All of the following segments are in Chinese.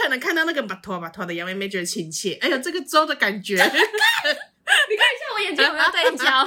可能看到那个把拖的杨妹妹觉得亲切，哎呦这个粥的感觉。你看一下我眼睛有没有对焦。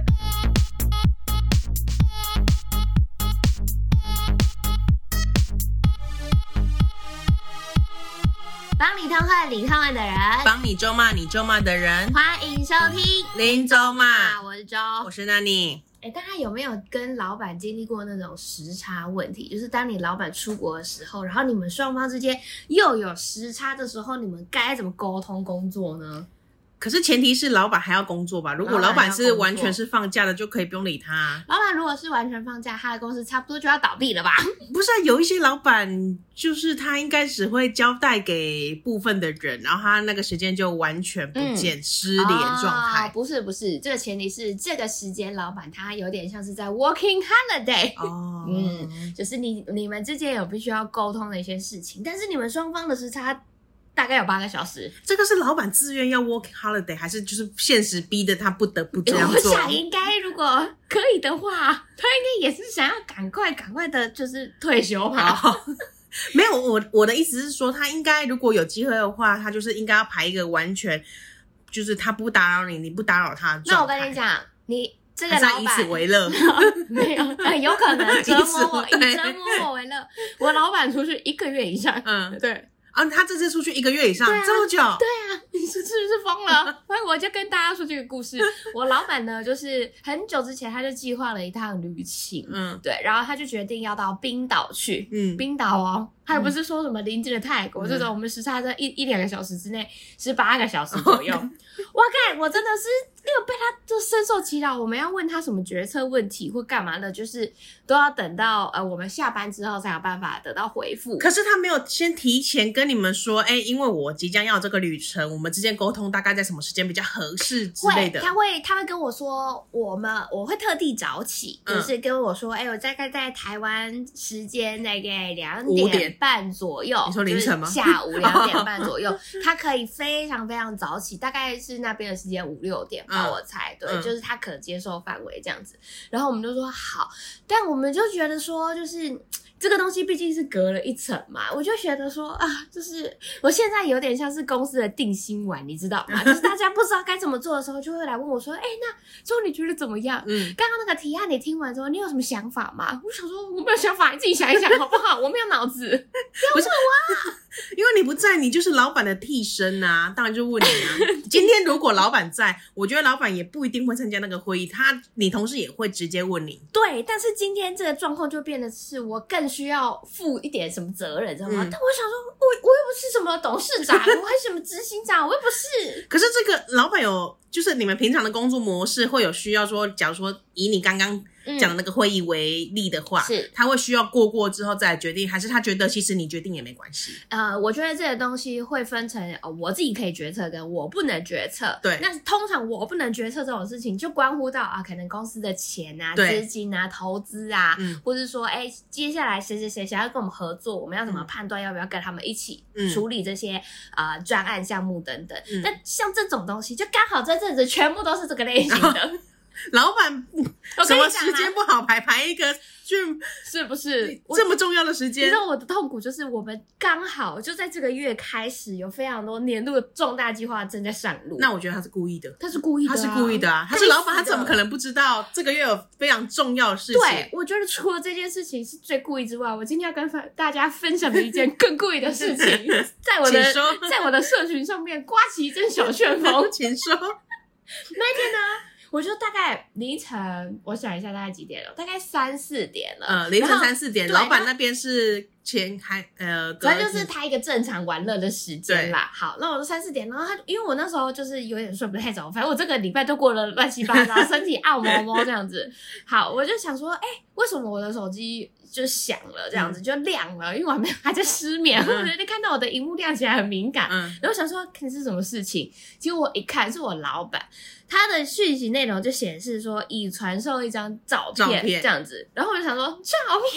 帮你痛恨你痛恨的人， 帮你咒骂你咒骂的人。 欢迎收听林咒骂， 我是周， 我是那你。 大家有没有跟老板经历过那种时差问题？就是当你老板出国的时候，然后你们双方之间又有时差的时候，你们该怎么沟通工作呢？ 可是前提是老板还要工作吧？如果老板是完全是放假的，就可以不用理他。 老板如果是完全放假，他的公司差不多就要倒闭了吧？ 不是啊，有一些老板就是他应该只会交代给部分的人，然后他那个时间就完全不见，失联状态。 不是，这个前提是这个时间老板他有点像是在 working holiday。就是你们之间有必须要沟通的一些事情，但是你们双方的时差大概有8个小时。 这个是老板自愿要 working holiday， 还是就是现实逼的他不得不这样做？ 我想应该如果可以的话，他应该也是想要赶快的就是退休吧。 没有，我的意思是说，他应该如果有机会的话，他就是应该要排一个完全就是他不打扰你，你不打扰他的状态。 那我跟你讲，你这个老板以此为乐。 没有，有可能折磨我为乐。我老板出去1个月以上，对。 他这次出去1个月以上，这么久？ 对啊，你是不是疯了？所以我就跟大家说这个故事。我老板呢，就是很久之前他就计划了一趟旅行，对，然后他就决定要到冰岛去，冰岛哦，他也不是说什么邻近的泰国，这种我们时差在1-2个小时之内18个小时左右。我真的是被他就深受其扰。我们要问他什么决策问题或干嘛的，就是都要等到我们下班之后才有办法得到回复。 可是他没有先提前跟你们说，因为我即将要有这个旅程，我们之间沟通大概在什么时间比较合适之类的。 他会跟我说，我会特地早起，就是跟我说，我大概在台湾时间大概2点半左右。 你说凌晨吗？ 就是下午2点半左右，他可以非常非常早起，大概是那边的时间5-6点吧，我猜。对，就是他可接受范围这样子。然后我们就说好，但我们就觉得说，就是这个东西毕竟是隔了一层嘛，我就觉得说就是我现在有点像是公司的定心丸，你知道吗？就是大家不知道该怎么做的时候，就会来问我说，那周你觉得怎么样？刚刚那个提案你听完之后，你有什么想法吗？我想说我没有想法，你自己想一想好不好？我没有脑子，不要问我啊！ 因为你不在，你就是老板的替身啊，当然就问你啊。今天如果老板在，我觉得老板也不一定会参加那个会议，你同事也会直接问你。 对，但是今天这个状况就变得是我更需要负一点什么责任，知道吗？但我想说，我又不是什么董事长，我还是什么执行长，我又不是。 可是这个老板就是你们平常的工作模式会有需要说，假如说以你刚刚讲的那个会议为例的话， 是他会需要过之后再来决定，还是他觉得其实你决定也没关系？ 我觉得这个东西会分成我自己可以决策跟我不能决策。 对， 那通常我不能决策这种事情，就关乎到可能公司的钱啊、资金啊、投资啊，或是说接下来谁想要跟我们合作，我们要怎么判断要不要跟他们一起处理这些专案项目等等。那像这种东西，就刚好这阵子全部都是这个类型的。 老板什么时间不好排一个是不是这么重要的时间？ 你知道我的痛苦就是我们刚好就在这个月开始有非常多年度的重大计划正在上路。 那我觉得他是故意的。 他是故意的啊， 他是老板，他怎么可能不知道这个月有非常重要的事情？ 对，我觉得除了这件事情是最故意之外，我今天要跟大家分享的一件更故意的事情，在我的社群上面刮起一阵小旋风。 请说。 那一天呢，我就大概凌晨，我想一下大概几点了？大概3-4点了。 凌晨3-4点，老板那边是反正就是他一个正常玩乐的时间啦。好，那我就3-4点，然后因为我那时候就是有点睡不太着，反正我这个礼拜都过了乱七八糟，身体按摩摸这样子。好，我就想说，为什么我的手机就响了，这样子就亮了？因为我还在失眠，我就看到我的荧幕亮起来很敏感，然后想说看是什么事情，结果我一看是我老板。他的讯息内容就显示说已传授一张照片这样子，然后我就想说照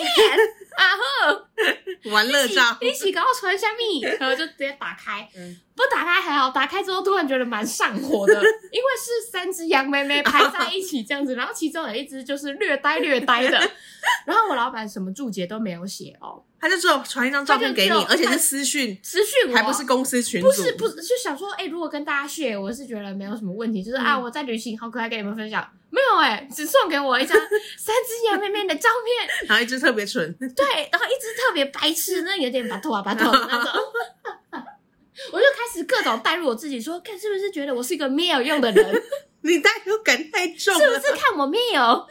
片玩乐照， 一起给我传虾米，然后就直接打开，不打开还好，打开之后突然觉得蛮上火的，因为是3只羊妹妹排在一起这样子，然后其中有一只就是略呆的，然后我老板什么注解都没有写他就只有传一张照片给你，而且是私讯我， 还不是公司群组。 不是，就想说，如果跟大家 share， 我是觉得没有什么问题，就是我在旅行好可爱，跟你们分享。没有只送给我一张3只羊妹妹的照片， 然后一只特别蠢， 对，然后一只特别白痴，那有点巴托的那种。我就开始各种带入我自己说，看是不是觉得我是一个没有用的人？ 你代入感太重了， 是不是看我没有？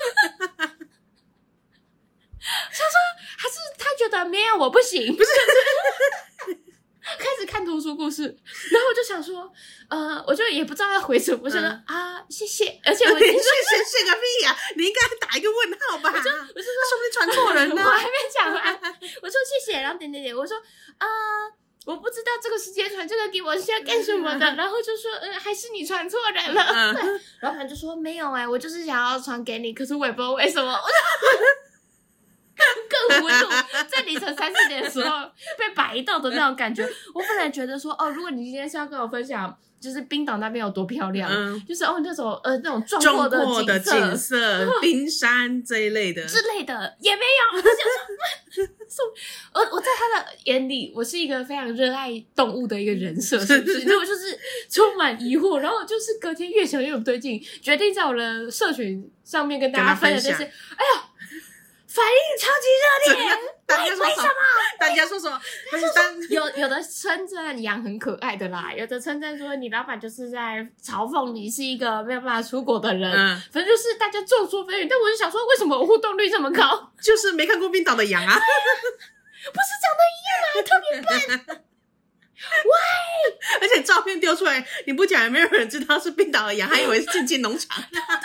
想说还是他觉得没有我不行？不是。开始看图书故事，然后我就想说，我就也不知道要回什么，我就说谢谢，而且我已经谢个屁呀！你应该打一个问号吧？我就说，说不定传错人呢。 我还没讲完，我说谢谢，然后点，我说我不知道这个时间传这个给我是要干什么的，然后就说还是你传错人了。对，老板就说没有我就是想要传给你，可是我也不知道为什么。更糊涂，在凌晨3、4点的时候被摆到的那种感觉。我本来觉得说，如果你今天是要跟我分享，就是冰岛那边有多漂亮，就是那种壮阔的景色，冰山这一类的之类的，也没有。我在他的眼里，我是一个非常热爱动物的一个人设，是不是？所以我就是充满疑惑，然后就是隔天越想越不对劲，决定在我的社群上面跟大家分享这些。哎呀！反应超级热烈，为什么？ 大家说什么？ 有的称赞羊很可爱的啦，有的称赞说你老板就是在嘲讽你是一个没有办法出国的人，反正就是大家众说纷纭。但我就想说，为什么我互动率这么高？ 就是没看过冰岛的羊啊， 不是长得一样啊，特别笨。Why？ 而且照片丢出来，你不讲也没有人知道是冰岛的羊，还以为是静静农场。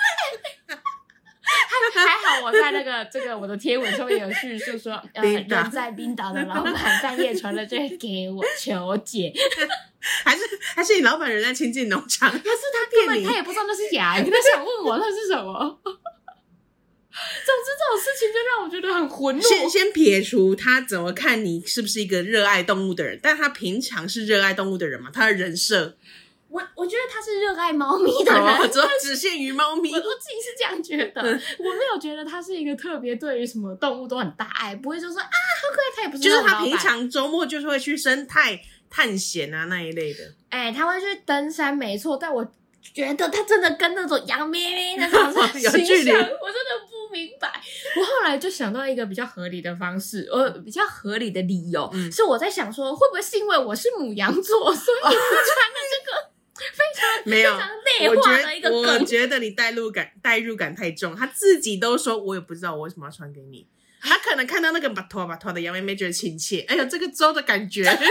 还好我在我的贴文上面有叙述说，人在冰岛的老板半夜传了这个给我求解， 还是你老板人在亲近农场？ 可是他根本他也不知道那是羊，他想问我那是什么。总之这种事情就让我觉得很混乱。 先撇除他怎么看你是不是一个热爱动物的人，但他平常是热爱动物的人嘛？他的人设。 我觉得他是热爱猫咪的人， 只限于猫咪。 我自己是这样觉得，我没有觉得他是一个特别对于什么动物都很大爱，不会就说好可爱，他也不是那种老板。 就是他平常周末就是会去生态探险啊那一类的。 他会去登山没错，但我觉得他真的跟那种羊咩咩那种有距离， 我真的不明白。我后来就想到一个比较合理的方式，比较合理的理由，是我在想说，会不会是因为我是母羊座，所以我穿了这个。非常内化的一个梗， 我觉得你代入感太重，他自己都说我也不知道我为什么要传给你，他可能看到那个巴托的羊妹妹觉得亲切，哎呦这个粥的感觉，你看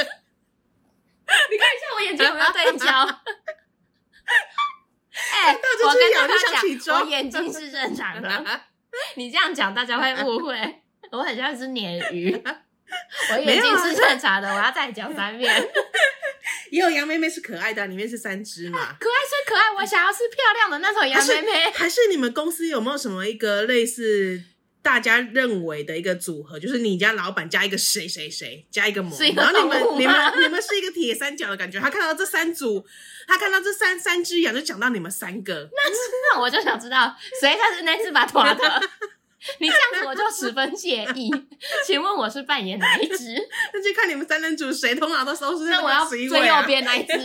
一下我眼睛有没有对焦？我跟大家讲，我眼睛是正常的，你这样讲大家会误会，我很像是鲶鱼，我眼睛是正常的，我要再讲3遍。 也有羊妹妹是可爱的，里面是3只嘛。 可爱虽可爱，我想要是漂亮的那种羊妹妹。 还是你们公司有没有什么一个类似大家认为的一个组合，就是你家老板加一个谁谁谁加一个某，然后你们是一个铁三角的感觉。他看到这3组，他看到这三只羊，就讲到你们3个。 那我就想知道谁才是那只巴托的。你这样子我就10分介意，请问我是扮演哪一只？ 那就看你们3人组谁通常都收拾那我要最右边那一只。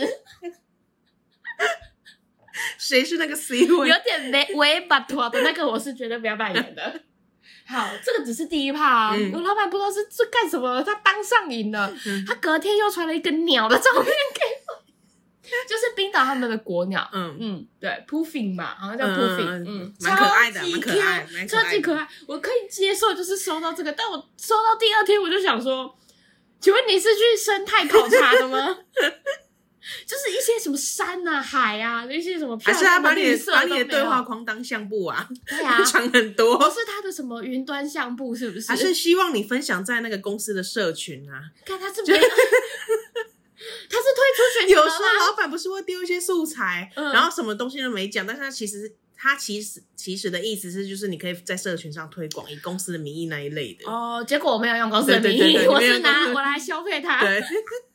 谁是那个 C 位？ 有点微巴托的那个，我是绝对不要扮演的。好，这个只是第一趴我老板不知道是干什么，他当上瘾了。他隔天又传了一个鸟的照片给我。就是冰岛他们的国鸟，对 ，Puffin 嘛，好像叫 Puffin， 蛮可爱的，蛮可爱， 超级可爱，我可以接受，就是收到这个，但我收到第2天我就想说，请问你是去生态考察的吗？就是一些什么山啊、海啊，一些什么漂亮的绿色， 把你的对话框当相簿啊， 对啊， 传很多， 不是他的什么云端相簿，是不是？ 还是希望你分享在那个公司的社群啊？ 看他是别人。他是退出选， 有时候老板不是会丢一些素材，然后什么东西都没讲，但是他其实的意思是，就是你可以在社群上推广以公司的名义那一类的。 结果我没有用公司的名义，我是拿我来消费他。 对，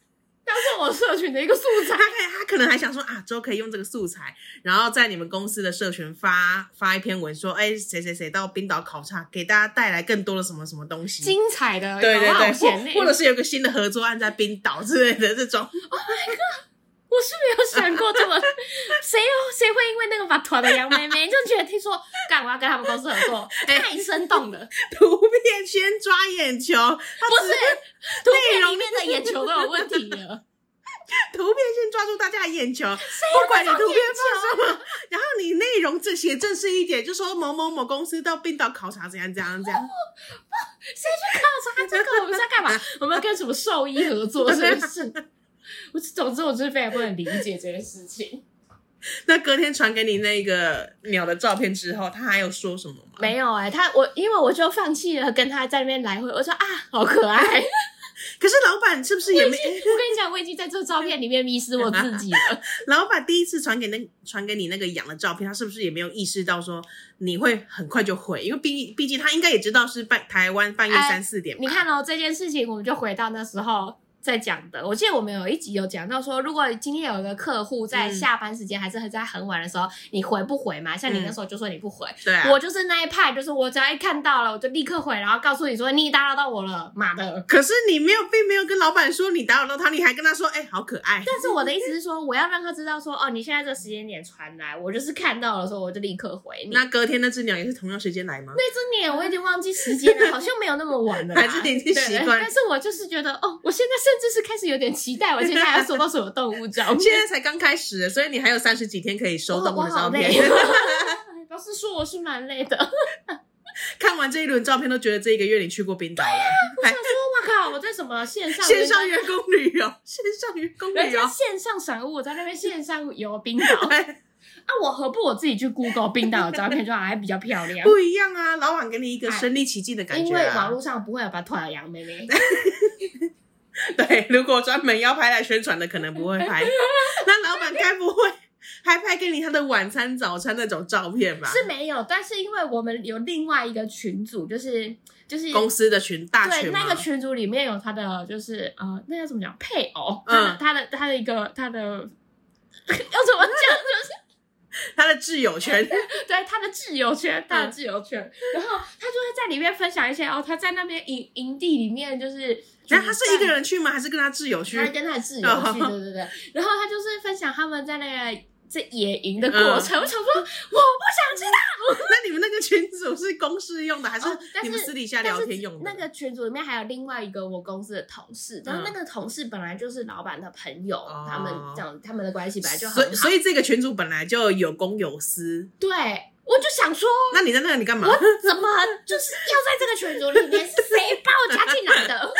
当成我社群的一个素材。 他可能还想说啊，之后可以用这个素材，然后在你们公司的社群发一篇文说，谁谁谁到冰岛考察，给大家带来更多的什么什么东西， 精彩的， 对，或者是有个新的合作案在冰岛之类的这种。 Oh my god！我是没有想过这么，谁会因为那个把团的杨妹妹就觉得听说干我要跟他们公司合作，太生动了。 图片先抓眼球， 不是图片里面的眼球都有问题了。 图片先抓住大家的眼球，不管你图片放什么，然后你内容写正式一点，就说某某某公司到冰岛考察怎样怎样怎样。 谁去考察这个？我们在干嘛？我们要跟什么兽医合作？是不是？总之我就是非常不能理解这件事情。 那隔天传给你那个鸟的照片之后，他还有说什么吗？ 没有因为我就放弃了跟他在那边来回，我说啊好可爱。 可是老板是不是也没？ 我跟你讲，我已经在这照片里面迷失我自己了。 老板第一次传给你那个羊的照片，他是不是也没有意识到说你会很快就回？因为毕竟他应该也知道是台湾半夜3、4点吧。 你看这件事情，我们就回到那时候在讲的。我记得我们有一集有讲到说，如果今天有一个客户在下班时间还是在很晚的时候，你回不回嘛？像你那时候就说你不回， 对啊， 我就是那一派，就是我只要一看到了，我就立刻回，然后告诉你说你打扰到我了，妈的！ 可是你并没有跟老板说你打扰到他，你还跟他说好可爱。 但是我的意思是说，我要让他知道说，你现在这个时间点传来，我就是看到了说我就立刻回你。 那隔天那只鸟也是同样时间来吗？ 那只鸟我已经忘记时间了，好像没有那么晚了， 还是你已经习惯。 但是我就是觉得我现在甚至是开始有点期待我接下来要收到什么动物照片。 现在才刚开始，所以你还有30几天可以收动物的照片。 老实说我是蛮累的。 看完这一轮照片都觉得这一个月你去过冰岛了。 我想说哇靠，我在什么线上员工旅游，人家线上赏物，我在那边线上游冰岛。我何不我自己去 Google 冰岛的照片就好，还比较漂亮。 不一样啊，老板给你一个身临其境的感觉因为网络上不会有把团的杨妹妹。 对，如果专门要拍来宣传的可能不会拍。那老板该不会还拍给你他的晚餐早餐那种照片吧？ 是没有，但是因为我们有另外一个群组，就是公司的大群对，那个群组里面有他的就是那要怎么讲配偶，他的一个要怎么讲就是他的挚友圈。 对，他的挚友圈，然后他就会在里面分享一些他在那边营地里面就是然后他是一个人去吗？还是跟他挚友去？ 他跟他的挚友去，对。然后他就是分享他们在那个野营的过程。我想说，我不想知道。 那你们那个群组是公事用的，还是你们私底下聊天用的？ 那个群组里面还有另外一个我公司的同事，然后那个同事本来就是老板的朋友，他们这样，他们的关系本来就很好， 所以这个群组本来就有公有私。 对。我就想说， 那你在那里干嘛？ 我怎么就是要在这个群组里面？是谁把我加进来的？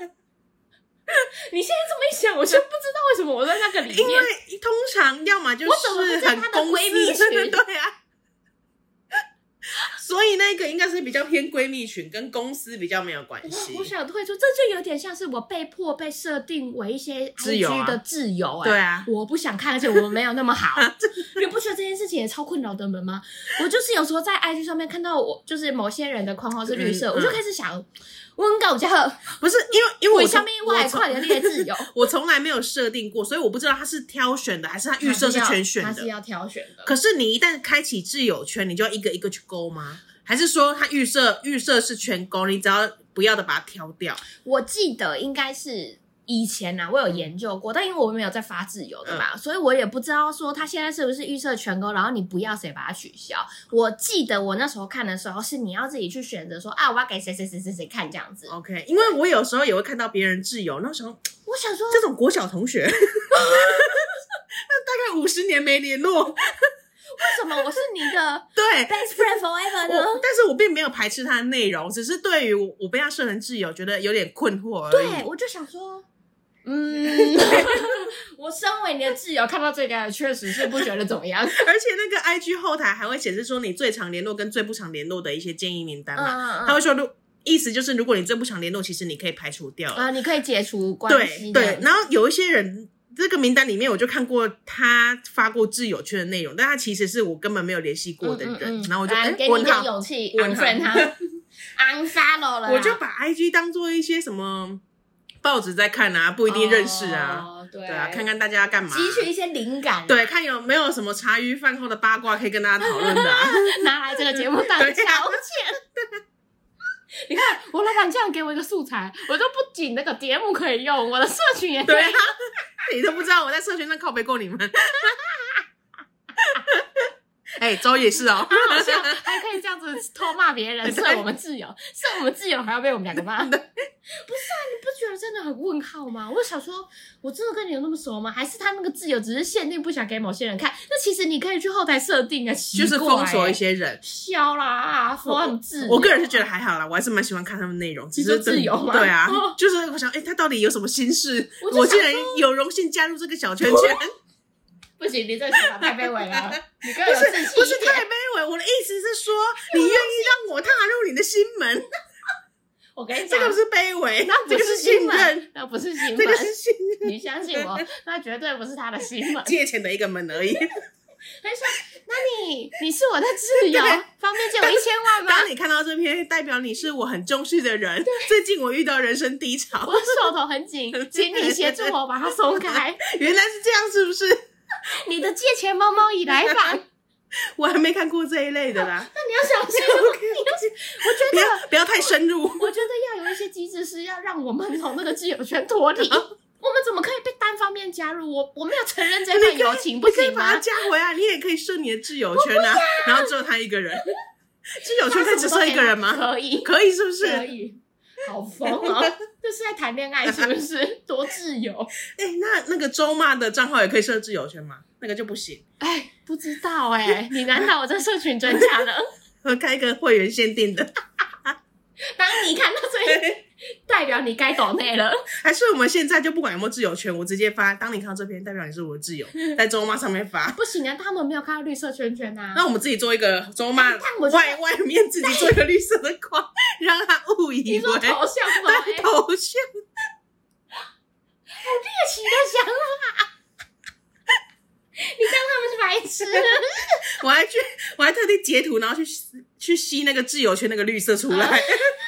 你现在这么一想，我就不知道为什么我在那个里面。 因为通常要么就是很公司，对啊。所以那个应该是比较偏闺蜜群，跟公司比较没有关系。 我想退出，这就有点像是我被迫被设定为一些 IG 的挚友， 对啊， 我不想看，而且我们没有那么好。你不觉得这件事情也超困扰的人吗？我就是有时候在 IG 上面看到我就是某些人的框号是绿色，我就开始想。我很搞笑， 不是因为我下面我还快点列自由， 我从来没有设定过，所以我不知道他是挑选的还是他预设是全选的。 他是要挑选的。 可是你一旦开启挚友圈，你就要一个一个去勾吗？还是说他预设是全勾，你只要不要的把它挑掉？ 我记得应该是。以前我有研究过，但因为我没有在发自由的嘛，所以我也不知道说他现在是不是预设全勾，然后你不要谁把它取消。我记得我那时候看的时候是你要自己去选择说我要给谁看这样子。 OK， 因为我有时候也会看到别人挚友，那时候我想说这种国小同学，那大概50年没联络。 为什么我是你的对 best friend forever 呢？ 但是我并没有排斥他的内容，只是对于我被他设成挚友，觉得有点困惑而已。 对，我就想说。我身为你的挚友，看到这个确实是不觉得怎么样。 而且那个 IG 后台还会显示说你最常联络跟最不常联络的一些建议名单嘛，他会说意思就是如果你最不常联络，其实你可以排除掉了， 你可以解除关系。 对，然后有一些人这个名单里面，我就看过他发过挚友圈的内容，但他其实是我根本没有联系过的人，然后我就给你一点勇气，unfriend 他，unfollow 了， 我就把 IG 当做一些什么。报纸在看啊，不一定认识啊。 对啊，看看大家要干嘛， 汲取一些灵感， 对，看有没有什么茶余饭后的八卦可以跟大家讨论的， 拿来这个节目当消遣。你看，我老板这样给我一个素材，我都不仅那个节目可以用，我的社群也可以用。 对啊，你都不知道我在社群上靠北过你们。周也是哦， 好笑，还可以这样子偷骂别人，射我们挚友，还要被我们两个骂。不是啊，你不觉得真的很问号吗？我想说，我真的跟你有那么熟吗？还是他那个挚友只是限定不想给某些人看？那其实你可以去后台设定啊， 就是封锁一些人。 消啦，封很挚友。 我个人是觉得还好啦，我还是蛮喜欢看他们内容。只是挚友吗？ 对啊，就是我想，他到底有什么心事？我竟然有荣幸加入这个小圈圈。 不行，你这个想法太卑微了。你更有自信一点。 不是太卑微，我的意思是说，你愿意让我踏入你的心门。 我跟你讲， 这个不是卑微， 那不是信任， 那不是心门， 这个是信任。 你相信我，那绝对不是他的心门， 借钱的一个门而已。 他说：“那你是我的挚友，方便借我1000万吗？” 当你看到这篇，代表你是我很重视的人。最近我遇到人生低潮， 我手头很紧，请你协助我把它松开。 原来是这样，是不是？ 你的借钱猫猫已来访。 我还没看过这一类的啦。 那你要小心，我觉得不要太深入。 我觉得要有一些机制是要让我们从那个挚友圈脱离。我们怎么可以被单方面加入？我没有承认这段友情，不行吗？ 你可以把他加回来，你也可以设你的挚友圈啊，然后只有他一个人。挚友圈可以只设一个人吗？ 可以， 可以，是不是？ 可以。好疯哦！这是在谈恋爱是不是？多挚友！ 那个周骂的账号也可以设挚友圈吗？那个就不行。 不知道你难倒我这社群专家了。 我开一个会员限定的。 当你看到这代表你该抖内了。 还是我们现在就不管有没有挚友圈，我直接发，当你看到这篇代表你是我的挚友，在周骂上面发。 不行啊，他们没有看到绿色圈圈啊。 那我们自己做一个周骂外面自己做一个绿色的框，让他误以为你说头像吗？ 对，头像。 好猎奇的想法。你当他们是白痴。 我还特地截图，然后去吸那个挚友圈那个绿色出来。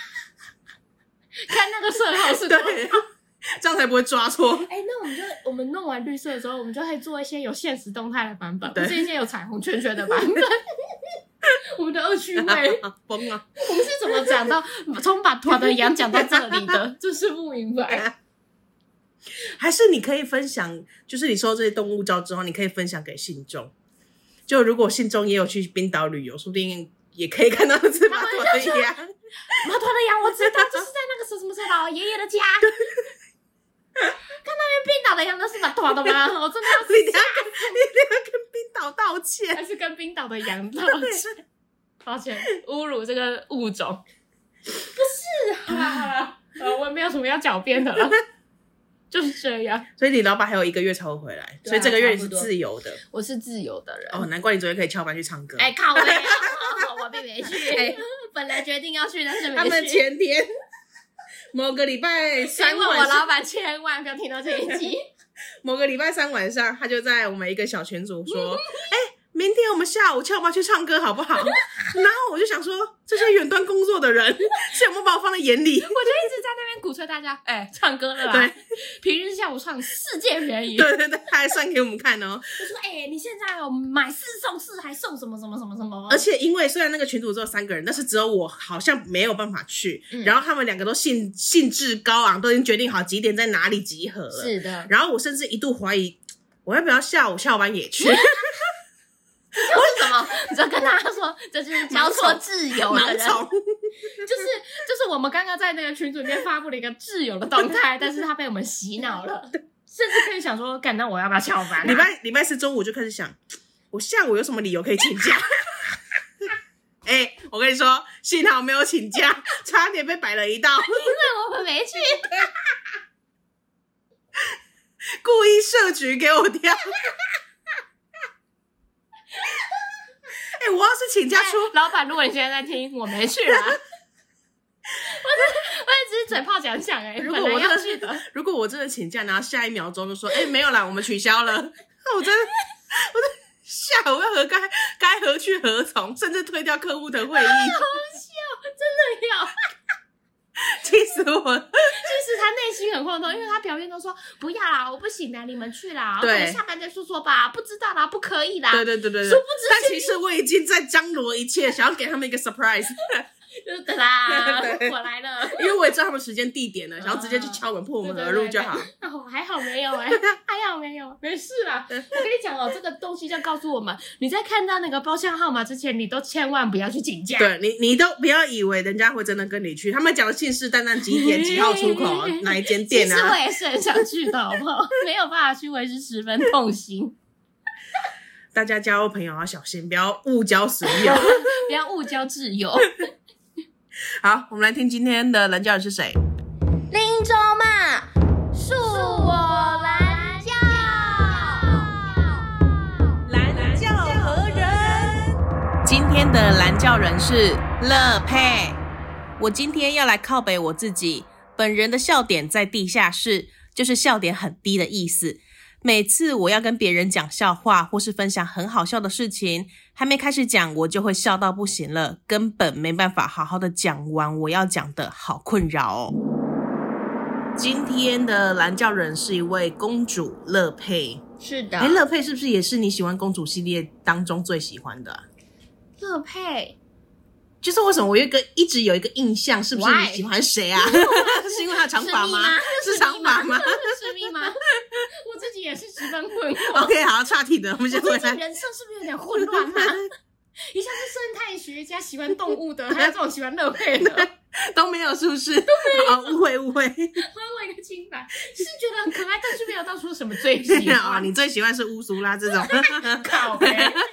看那个色号是多少， 这样才不会抓错。 那我们弄完绿色的时候，我们就可以做一些有现实动态的版本，不是一些有彩虹圈圈的版本。我们的恶趣味疯啊！ 我们是怎么讲到从把团的羊讲到这里的？就是不明白。 还是你可以分享，就是你收这些动物照之后，你可以分享给信众。就如果信众也有去冰岛旅游，说不定也可以看到这只马头的羊。 马头的羊我知道，就是在那个什么老爷爷的家。看那边冰岛的羊那是马头的吗？我真的要你一定要跟冰岛道歉， 还是跟冰岛的羊道歉？抱歉，侮辱这个物种。不是我没有什么要狡辩的了。就是这样， 所以你老板还有1个月才会回来，所以这个月你是自由的。 我是自由的人难怪你昨天可以翘班去唱歌。 靠北我并没去。本来决定要去，但是没去。 他们前天某个礼拜3晚上， 我老板千万不要听到这一集。 某个礼拜3晚上，他就在我们一个小群组说：“明天我们下午翘班去唱歌好不好？”然后我就想说，这些远端工作的人是有没有把我放在眼里？ 我就一直在那边鼓吹大家，唱歌了啦。对，平日下午唱世界便宜。 对，他还算给我们看哦。 就说你现在有买4送4，还送什么什么什么什么。 而且因为虽然那个群组只有3个人，但是只有我好像没有办法去。然后他们2个都兴致高昂，都已经决定好几点在哪里集合了。 是的。 然后我甚至一度怀疑，我要不要下午翘班也去？ 为什么？你就跟大家说，这就是交错挚友的人，就是我们刚刚在那个群组里面发布了一个挚友的动态，但是他被我们洗脑了，甚至可以想说，那我要不要翘班？ 礼拜4中午就开始想，我下午有什么理由可以请假？我跟你说，幸好没有请假，差点被摆了一道，因为我们没去， 故意设局给我跳。我要是请假出， 老板，如果你现在在听，我没去啦。我也只是嘴炮讲讲如果我真的请假，然后下1秒钟就说没有啦，我们取消了，我真的下午要该何去何从，甚至推掉客户的会议。 好笑，真的要。 气死我了！ 其实他内心很慌张，因为他表面都说不要啦，我不行啦，你们去啦， 对， 可能下班再说吧，不知道啦，不可以啦。 对，殊不知，但其实我已经在张罗一切，想要给他们一个 surprise。 就是的啦，我来了， 因为我也知道他们时间地点了，想要直接去敲门破门而入就好。 还好没有还好没有，没事啦。我跟你讲哦，这个东西就告诉我们，你在看到那个包厢号码之前，你都千万不要去请假。 对，你都不要以为人家会真的跟你去，他们讲的信誓旦旦几点几号出口哪一间店啊。 其实我也是很想去的，好不好？没有办法去，我也是十分痛心。 大家交朋友要小心，不要误交损友， 不要误交挚友。 好，我们来听今天的蓝教人是谁？ 林州嘛，恕我蓝教， 蓝教何人？今天的蓝教人是乐佩。我今天要来靠北我自己，本人的笑点在地下室，就是笑点很低的意思。每次我要跟别人讲笑话或是分享很好笑的事情，还没开始讲我就会笑到不行了，根本没办法好好的讲完我要讲的，好困扰哦。今天的蓝教人是一位公主乐佩。 是的。 乐佩是不是也是你喜欢公主系列当中最喜欢的啊？ 乐佩就是为什么我一直有一个印象，是不是你喜欢谁啊？是因为他长发吗？是长发吗？ 是密吗？我自己也是十分混淆。 OK， 好，岔题的，我们先回来。 我自己人设是不是有点混乱啊？一下是生态学家喜欢动物的，还有这种喜欢乐佩的， 都没有，是不是？都没有。误会。还我一个清白，是觉得很可爱，但是没有到说什么最喜欢。 你最喜欢是乌苏拉这种。 靠北。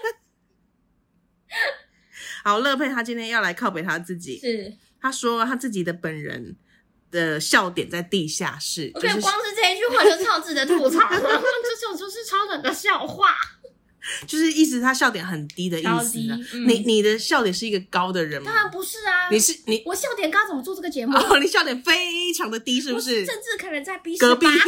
好，乐佩他今天要来靠北他自己， 是他说他自己的本人的笑点在地下室。 我觉得光是这一句话就超值得吐槽了，这种就是超人的笑话， 就是意思他笑点很低的意思啊。你的笑点是一个高的人吗？ 当然不是啊，我笑点高怎么做这个节目？ 你笑点非常的低，是不是？ 甚至可能在 B18 隔壁。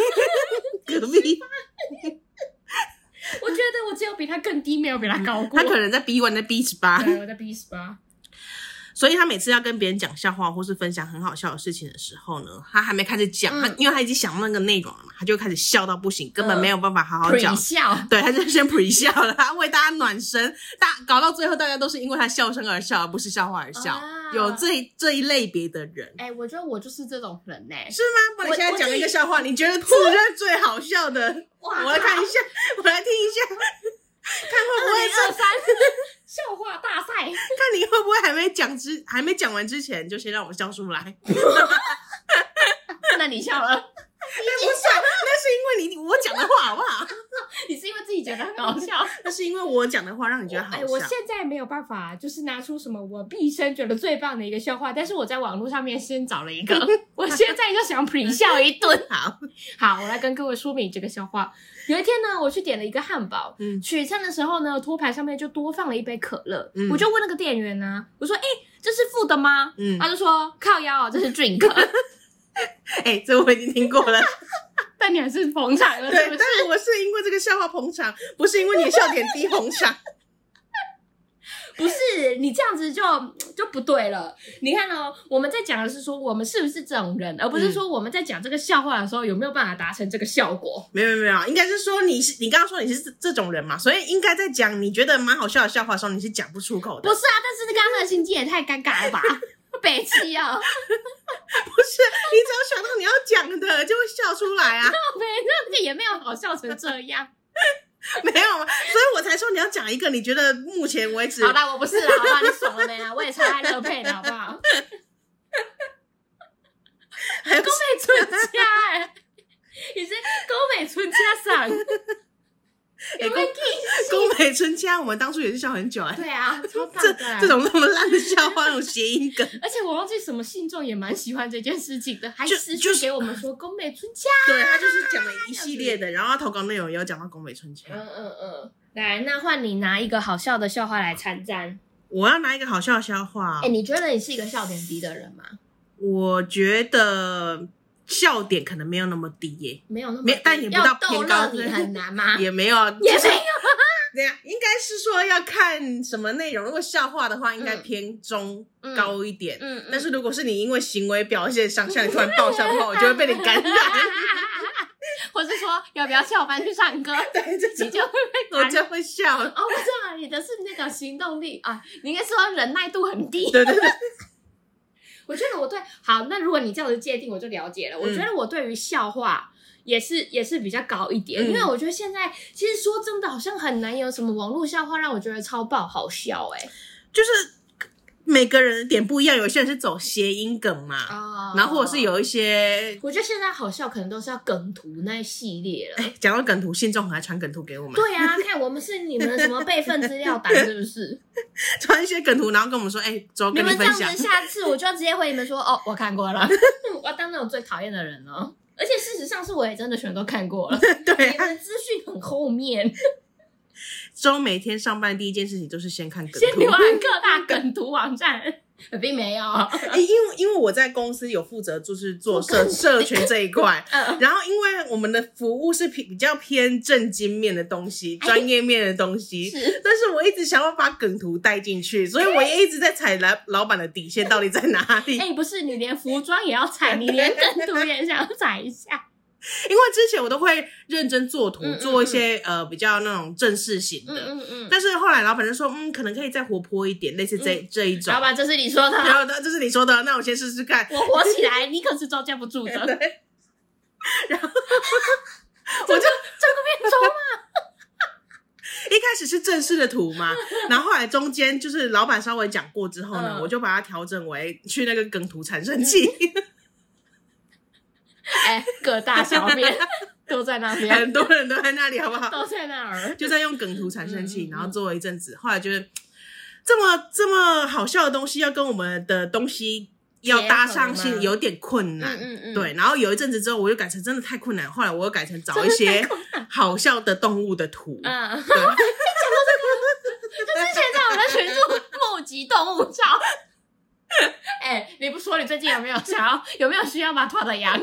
我觉得我只有比他更低，没有比他高过。 他可能在 B1， 在 B18。 对，我在 B18。 所以他每次要跟别人讲笑话或是分享很好笑的事情的时候呢，他还没开始讲，因为他已经想到那个内容了嘛，他就开始笑到不行，根本没有办法好好讲。对，他就先 pre 笑了，他为大家暖身，搞到最后大家都是因为他笑声而笑，而不是笑话而笑。有这一类别的人。 我觉得我就是这种人是吗？不然你现在讲一个笑话，你觉得自认最好笑的，我来看一下，我来听一下。看会不会 2023笑话大赛， 看你会不会还没讲完之前就先让我笑出来。 那你笑了。 不是，那是因为我讲的话好不好？ 你是因为自己觉得很好笑， 那是因为我讲的话让你觉得好笑。 我现在没有办法就是拿出什么我毕生觉得最棒的一个笑话，但是我在网络上面先找了一个，我现在就想 pre 笑一顿。好，我来跟各位说明这个笑话。有一天呢，我去点了一个汉堡，取餐的时候呢，托盘上面就多放了一杯可乐，我就问那个店员呢，我说这是附的吗？他就说靠腰这是 drink。 这我已经听过了。 但你还是捧场了， 对， 是不是？ 但是我是因为这个笑话捧场，不是因为你的笑点低捧场。 不是，你这样子就不对了。你看哦，我们在讲的是说我们是不是这种人，而不是说我们在讲这个笑话的时候有没有办法达成这个效果。 没有，应该是说你刚刚说你是这种人嘛，所以应该在讲你觉得蛮好笑的笑话的时候，你是讲不出口的。 不是啊，但是刚刚那个心机也太尴尬了吧。北七啊， 不是，你只要想到你要讲的就会笑出来啊。 那个也没有好笑成这样。 没有，所以我才说你要讲一个你觉得目前为止。 好啦，我不是啦，好不好？你爽了没啊？我也超爱乐佩的，好不好？还有宫美春家你是宫美春家上。 宫美春家，我们当初也是笑很久对啊，超棒的。 这种那么烂的笑话，那种谐音梗。 而且我忘记什么信众也蛮喜欢这件事情的，还私讯给我们说宫美春家。 对，他就是讲了一系列的，然后他投稿内容也有讲到宫美春家。 来，那换你拿一个好笑的笑话来参战。 我要拿一个好笑的笑话。 你觉得你是一个笑点低的人吗？ 我觉得笑点可能没有那么低耶， 没有那么低， 但也不到偏高。 你很难吗？ 也没有， 也没有。 对呀，应该是说要看什么内容。如果笑话的话，应该偏中高一点。但是如果是你因为行为表现上像你突然爆笑的话，我就会被你感染。 或是说要不要翘班去唱歌？ 对， 你就会被感染， 我就会笑了。 哦，我知道你的是那个行动力啊，你应该说忍耐度很低。 对。 我觉得我对好，那如果你这样子界定，我就了解了。我觉得我对于笑话也是比较高一点，因为我觉得现在其实说真的，好像很难有什么网络笑话让我觉得超爆好笑就是每个人的点不一样，有些人是走谐音梗嘛，然后或者是有一些， 我觉得现在好笑可能都是要梗图那一系列了。 讲到梗图，信众还传梗图给我们。 对啊，看我们是你们的什么备份资料档是不是？ 传一些梗图，然后跟我们说，周跟你分享。 你们这样子，下次我就要直接回你们说，哦，我看过了。我要当那种最讨厌的人了。而且事实上是我也真的全都看过了。 对， 你们资讯很后面。 周每天上班第一件事情就是先看梗图， 先浏览各大梗图网站，并没有。 因为我在公司有负责就是做社群这一块，然后因为我们的服务是比较偏正经面的东西，专业面的东西，但是我一直想要把梗图带进去，所以我也一直在踩老板的底线到底在哪里。 不是你连服装也要踩，你连梗图也想要踩一下。 因为之前我都会认真做图，做一些比较那种正式型的，但是后来老板就说，可能可以再活泼一点，类似这一种。 老板，这是你说的， 这是你说的，那我先试试看。 我活起来，你可是招架不住的。 对，然后我就这个变装嘛。 一开始是正式的图嘛，然后后来中间就是老板稍微讲过之后呢，我就把它调整为去那个梗图产生器。 各大小编都在那边， 很多人都在那里，好不好？ 都在那儿， 就在用梗图产生器，然后做了一阵子，后来觉得这么好笑的东西，要跟我们的东西要搭上性有点困难，对。然后有一阵子之后，我就改成真的太困难，后来我又改成找一些好笑的动物的图，对。讲到这个，就之前在我们的群组募集动物照。你不说你最近有没有需要把团的羊？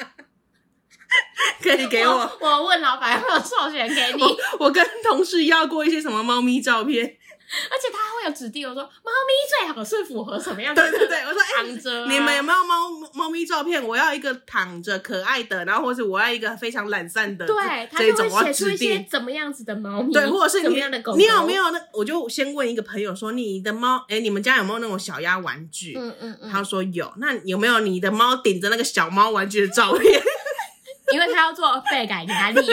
可以给我。 我问老板有没有授权给你。 我跟同事要过一些什么猫咪照片， 而且他会有指定，我说猫咪最好是符合什么样的？ 对，我说躺着你们有没有猫咪照片？我要一个躺着可爱的，然后或是我要一个非常懒散的， 对， 这一种我要指定一些怎么样子的猫咪， 对，或者是怎么样的狗狗， 你有没有？那我就先问一个朋友说，你的猫，你们家有没有那种小鸭玩具？他说有，那有没有你的猫顶着那个小猫玩具的照片？ 因为他要做倍感压力。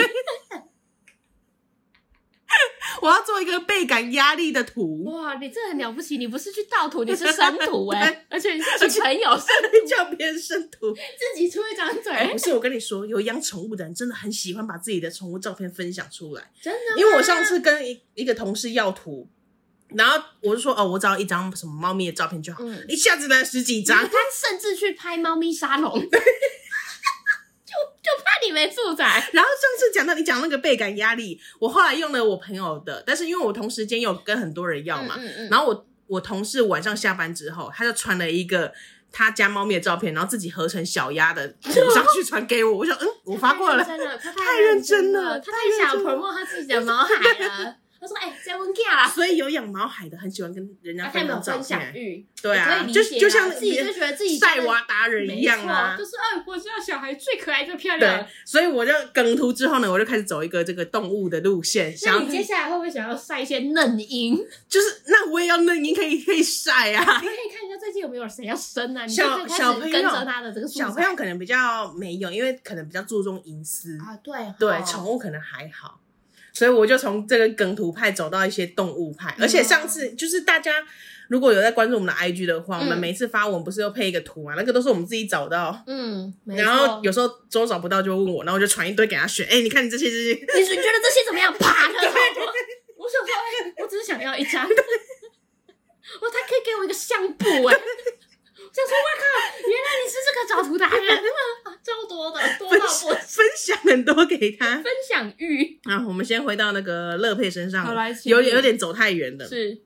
我要做一个倍感压力的图。 哇，你这很了不起！你不是去盗图，你是生图而且你是请朋友生图， 叫别人生图， 自己出一张嘴。 不是，我跟你说，有养宠物的人真的很喜欢把自己的宠物照片分享出来。 真的吗？ 因为我上次跟一个同事要图，然后我就说我只要一张什么猫咪的照片就好，一下子来10几张。 他甚至去拍猫咪沙龙。就怕你没住宅。 然后上次讲到你讲那个倍感压力，我后来用了我朋友的，但是因为我同时间有跟很多人要嘛，然后我同事晚上下班之后，他就传了一个他家猫咪的照片，然后自己合成小鸭的图上去传给我。我想我发过了， 他太认真了，他太想 promote 他自己的毛孩了。他说这我家啦， 所以有养毛孩的很喜欢跟人家分享照片，对啊， 就像自己就觉得自己晒娃达人一样啊， 就是我知道小孩最可爱最漂亮。 对，所以我就梗图之后呢，我就开始走一个这个动物的路线。 那你接下来会不会想要晒一些嫩婴？ 就是那我也要嫩婴，可以晒啊。 你可以看一下最近有没有谁要生啊？ 小朋友跟着他的这个小朋友可能比较没有，因为可能比较注重隐私啊。 对，宠物可能还好。所以我就从这个梗图派走到一些动物派，而且上次就是大家如果有在关注我们的 IG 的话，我们每次发文不是又配一个图嘛，那个都是我们自己找到，然后有时候周找不到就问我，然后我就传一堆给他选，你看你这些，你觉得这些怎么样？啪的，我想说，我只是想要一张，他可以给我一个相簿想说哇靠，原来你是这个找图达人超多的，多到不分享很多给他， 分享欲。 我们先回到那个乐佩身上，有点走太远了。 是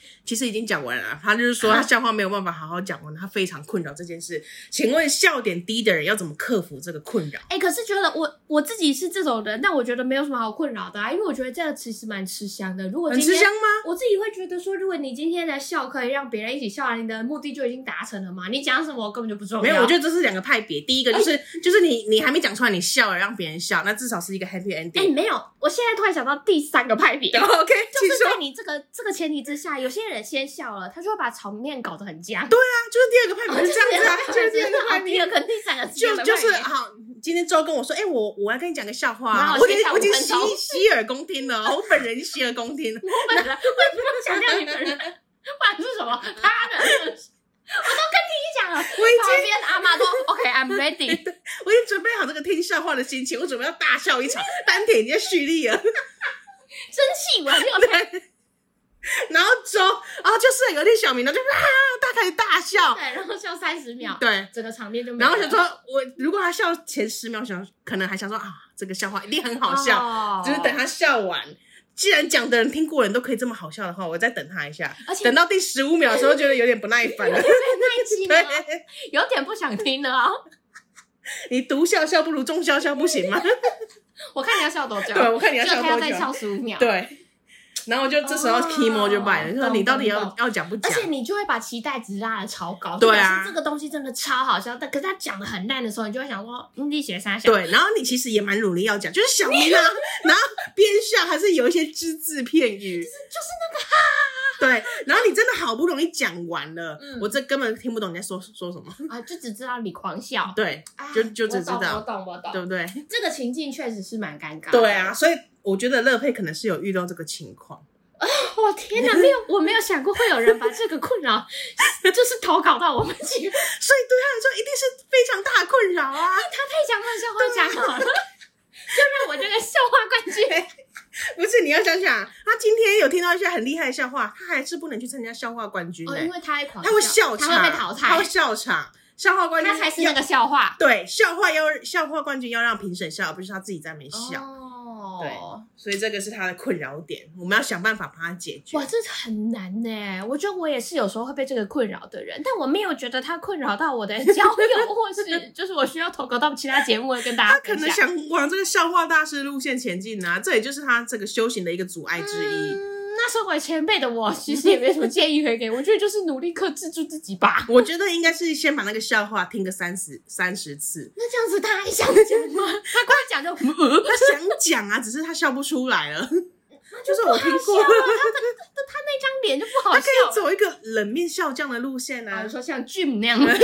其实已经讲完了，他就是说他笑话没有办法好好讲完，他非常困扰这件事。请问笑点低的人要怎么克服这个困扰？ 可是觉得我自己是这种人，但我觉得没有什么好困扰的啊，因为我觉得这个其实蛮吃香的。如果今天很吃香吗？ 我自己会觉得说，如果你今天的笑可以让别人一起笑，你的目的就已经达成了嘛。你讲什么根本就不重要。 没有，我觉得这是两个派别。第一个就是你还没讲出来，你笑了让别人笑，那至少是一个 happy ending。 没有，我现在突然想到第三个派别。 OK， 就是在你这个前提之下，有些人先笑了，他就会把场面搞得很僵。 对啊，就是第二个派别是这样子啊， 就是第二个派别，第二个、第三个就是好。今天周跟我说，我要跟你讲个笑话， 我已经洗耳恭听了，我本人洗耳恭听了。 我本人为什么强调你本人？不然是什么？他的。我都跟你讲了，旁边阿嬷都 OK，I'm ready。 我已经准备好这个听笑话的心情，我准备要大笑一场，丹田已经蓄力了，真气我没有。 然后就是有点小明，然后就大开始大笑， 对，然后笑30秒， 对， 整个场面就没有。 然后想说，如果他笑前10秒，可能还想说这个笑话一定很好笑，就是等他笑完。既然讲的人听过人都可以这么好笑的话，我再等他一下，等到第15秒的时候，觉得有点不耐烦了， 有点耐心了，有点不想听了啊。 你独笑笑不如众笑笑不行吗？ 我看你要笑多久？ 对，我看你要笑多久？ 就他要再笑15秒。 对。然后就这时候 kimo 就败了，就说你到底要讲不讲？ 而且你就会把期待值拉得超高， 对啊， 这个东西真的超好笑，但可是他讲的很烂的时候，你就会想说，你写啥笑？ 对，然后你其实也蛮努力要讲，就是小明啊，然后边笑还是有一些只字片语， 就是那个哈， 对，然后你真的好不容易讲完了，我这根本听不懂你在说什么啊，就只知道你狂笑， 对，就只知道， 我懂， 对不对？ 这个情境确实是蛮尴尬的， 对啊，所以我觉得乐佩可能是有遇到这个情况。 我天哪，我没有想过会有人把这个困扰就是投稿到我们这边，所以对他来说一定是非常大的困扰啊！ 他太讲他的笑话讲好了，就让我这个笑话冠军。 不是，你要想想，他今天有听到一些很厉害的笑话，他还是不能去参加笑话冠军因为他会狂笑，他会笑场， 他会被淘汰， 他会笑场。笑话冠军他才是那个笑话， 对，笑话冠军要让评审笑，而不是他自己在那边笑。对，所以这个是他的困扰点，我们要想办法帮他解决。 哇，这很难呢！我觉得我也是有时候会被这个困扰的人，但我没有觉得他困扰到我的交友，或是就是我需要投稿到其他节目跟大家分享。 他可能想往这个笑话大师路线前进啊，这也就是他这个修行的一个阻碍之一。 那身为前辈的我，其实也没什么建议可以给，我觉得就是努力克制住自己吧。 我觉得应该是先把那个笑话听个30次。 那这样子他还想讲吗？他光讲就他想讲啊，只是他笑不出来了。就是我听过，他那张脸就不好笑。 他可以走一个冷面笑匠的路线啊， 说像 Jim 那样的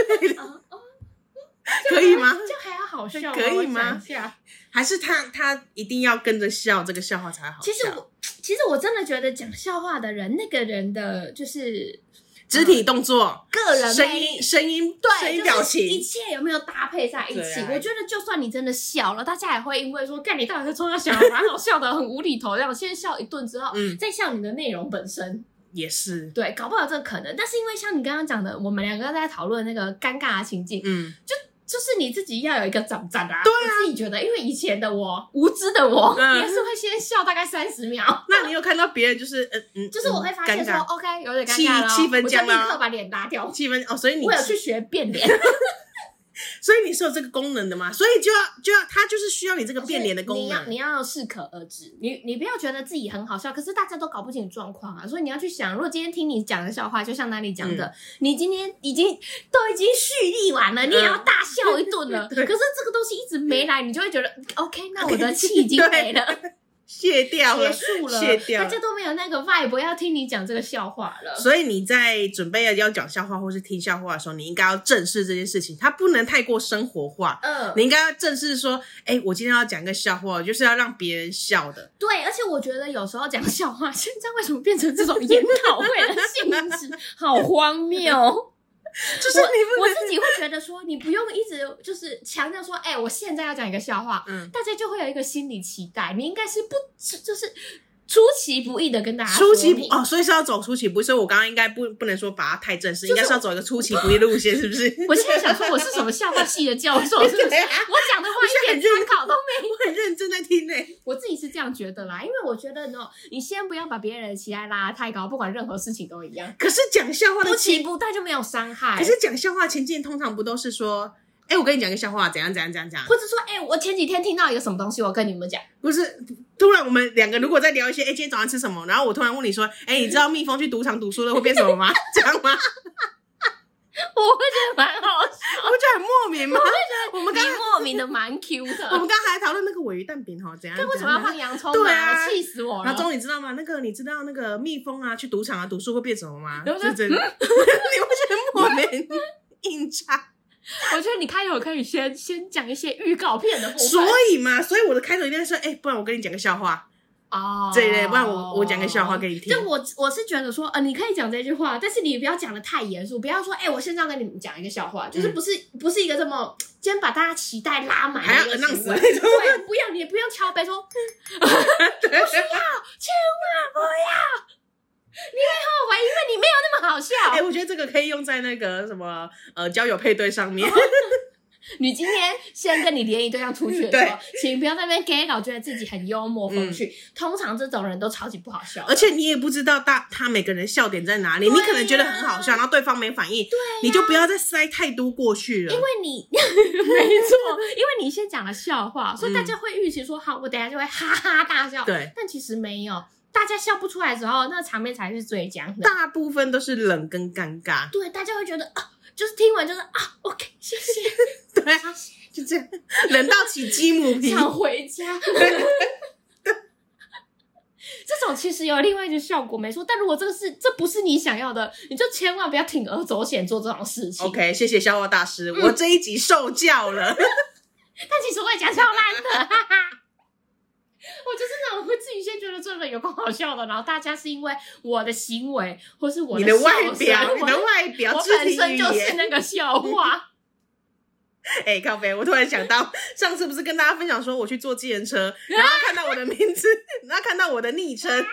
可以吗？ 这还要好笑吗？ 可以吗？还是他一定要跟着笑，这个笑话才好笑？ 其实我真的觉得讲笑话的人，那个人的就是肢体动作、 个人声音、 对， 表情， 就是一切有没有搭配在一起？我觉得就算你真的笑了，大家也会因为说，干你到底是冲他笑，然后笑得很无厘头，这样先笑一顿之后，再笑你的内容本身。 也是对，搞不好这个可能，但是因为像你刚刚讲的，我们两个在讨论那个尴尬的情境，就是你自己要有一个长啊， 对啊， 我自己觉得，因为以前的我，无知的我，也是会先笑大概30秒。 那你有看到别人就是就是我会发现说 ，OK， 有点尴尬了， 气氛僵了， 我就立刻把脸拉掉。 气氛所以你我有去学变脸。 所以你是有这个功能的嘛？所以就要他就是需要你这个变脸的功能。 你要适可而止，你不要觉得自己很好笑，可是大家都搞不清状况啊。所以你要去想，如果今天听你讲的笑话，就像哪里讲的，你今天已经蓄力完了，你也要大笑一顿了。可是这个东西一直没来，你就会觉得 OK， 那我的气已经没了。 卸掉了， 结束了，大家都没有那个 vibe 要听你讲这个笑话了。 所以你在准备要讲笑话或是听笑话的时候，你应该要正视这件事情，它不能太过生活化。你应该要正视说，我今天要讲一个笑话，就是要让别人笑的。 对，而且我觉得有时候讲笑话，现在为什么变成这种研讨会的性质，好荒谬。 就是我自己会觉得说，你不用一直就是强调说，我现在要讲一个笑话，大家就会有一个心理期待，你应该是就是出其不意的跟大家说明所以是要走出其不意，所以我刚刚应该不能说把它太正式，应该是要走一个出其不意路线，是不是？ 我现在想说我是什么笑话系的教授，是不是？我讲的话一点参考都没有。 我很认真在听听欸。 我自己是这样觉得啦，因为我觉得呢，你先不要把别人的期待拉得太高，不管任何事情都一样。 可是讲笑话的不期不待就没有伤害。 可是讲笑话前进通常不都是说，我跟你讲一个笑话，怎样怎样怎样怎样， 或者说，我前几天听到一个什么东西，我跟你们讲。不是，突然我们两个如果在聊一些，今天早上吃什么，然后我突然问你说，你知道蜜蜂去赌场读书了会变什么吗？这样吗？ 我会觉得蛮好笑， 我觉得很莫名吗？ 我会觉得我们刚莫名的蛮 Q 的。 我们刚刚还讨论那个鲔鱼蛋饼怎样？ 对，为什么要放洋葱？ 对啊， 气死我了。 然后终于知道吗？你知道那个蜜蜂啊去赌场啊读书会变什么吗？ 对不对？ 你会觉得莫名硬插。 我觉得你开头可以先讲一些预告片的部分。 所以我的开头一定是说，不然我跟你讲个笑话。这一类，不然我讲个笑话给你听。 就我是觉得说，你可以讲这句话，但是你不要讲的太严肃，不要说，我现在要跟你们讲一个笑话，就是不是一个这么，先把大家期待拉满， 还要弄死那种。 对，不要，你也不用敲杯说，不需要，千万不要，你会后悔，因为你没有那么好笑。 我觉得这个可以用在那个什么交友配对上面。 你今天先跟你联谊对象出去的时候，请不要在那边 gay 搞，觉得自己很幽默风趣。通常这种人都超级不好笑， 而且你也不知道他每个人笑点在哪里。你可能觉得很好笑，然后对方没反应，你就不要再塞太多过去了。 因为你没错，因为你先讲了笑话，所以大家会预期说，好，我等一下就会哈哈大笑。 对， 但其实没有。大家笑不出来的时候，那个场面才是最僵的。 大部分都是冷跟尴尬。 对，大家会觉得就是听完就是OK， 谢谢。 对啊，就这样，冷到起鸡母皮， 想回家。这种其实有另外一个效果没错，但如果这不是你想要的，你就千万不要铤而走险做这种事情。 OK， 谢谢笑话大师，我这一集受教了。 但其实我也讲超烂的，哈哈。我就是那种会自己先觉得这个有够好笑的，然后大家是因为我的行为或是我的笑声， 你的外表， 我本身就是那个笑话。 靠北，我突然想到，上次不是跟大家分享说我去坐计程车，然后看到我的名字，然后看到我的昵称，